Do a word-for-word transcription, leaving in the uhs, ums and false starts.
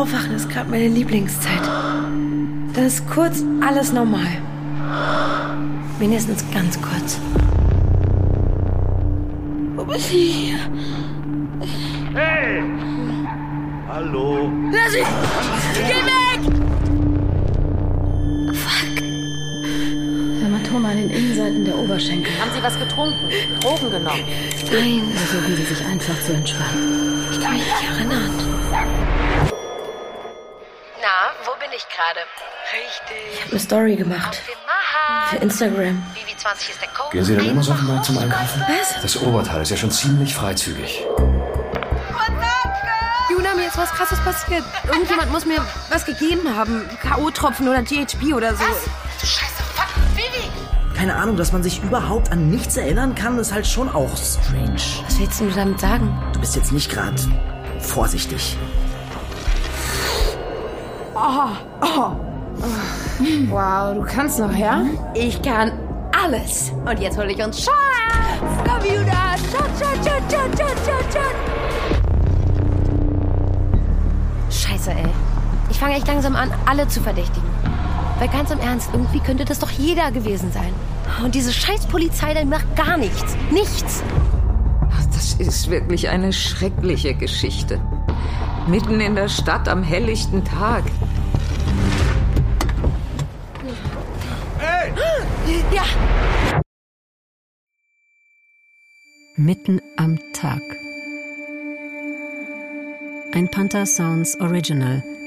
Aufwachen ist gerade meine Lieblingszeit. Dann ist kurz alles normal. Wenigstens ganz kurz. Wo bin ich? Hey! Hallo? Lass mich! Geh weg! Fuck. Hämatome an den Innenseiten der Oberschenkel. Haben Sie was getrunken? Drogen genommen? Nein. Versuchen Sie sich einfach zu entspannen. Ich kann mich nicht erinnern. Na, wo bin ich gerade? Richtig. Ich habe eine Story gemacht. Für Instagram. Vivi zwanzig ist der Code. Gehen Sie dann immer so auf den Markt zum Einkaufen? Was? Das Oberteil ist ja schon ziemlich freizügig. Juna, mir ist was Krasses passiert. Irgendjemand muss mir was gegeben haben. K O-Tropfen oder G H B oder so. Was? Du scheiße, fuck, Vivi! Keine Ahnung, dass man sich überhaupt an nichts erinnern kann, ist halt schon auch strange. Was willst du damit sagen? Du bist jetzt nicht gerade vorsichtig. Oh, oh. Wow, du kannst noch, ja? Ich kann alles. Und jetzt hole ich uns Schatz. Komm, Juna. Schatz, Schatz, Schatz, Schatz, Schatz, Schatz, Schatz. Scheiße, ey. Ich fange echt langsam an, alle zu verdächtigen. Weil ganz im Ernst, irgendwie könnte das doch jeder gewesen sein. Und diese scheiß Polizei, die macht gar nichts. Nichts. Das ist wirklich eine schreckliche Geschichte. Mitten in der Stadt am helllichten Tag. Hey! Ja. Mitten am Tag. Ein Panther Sounds Original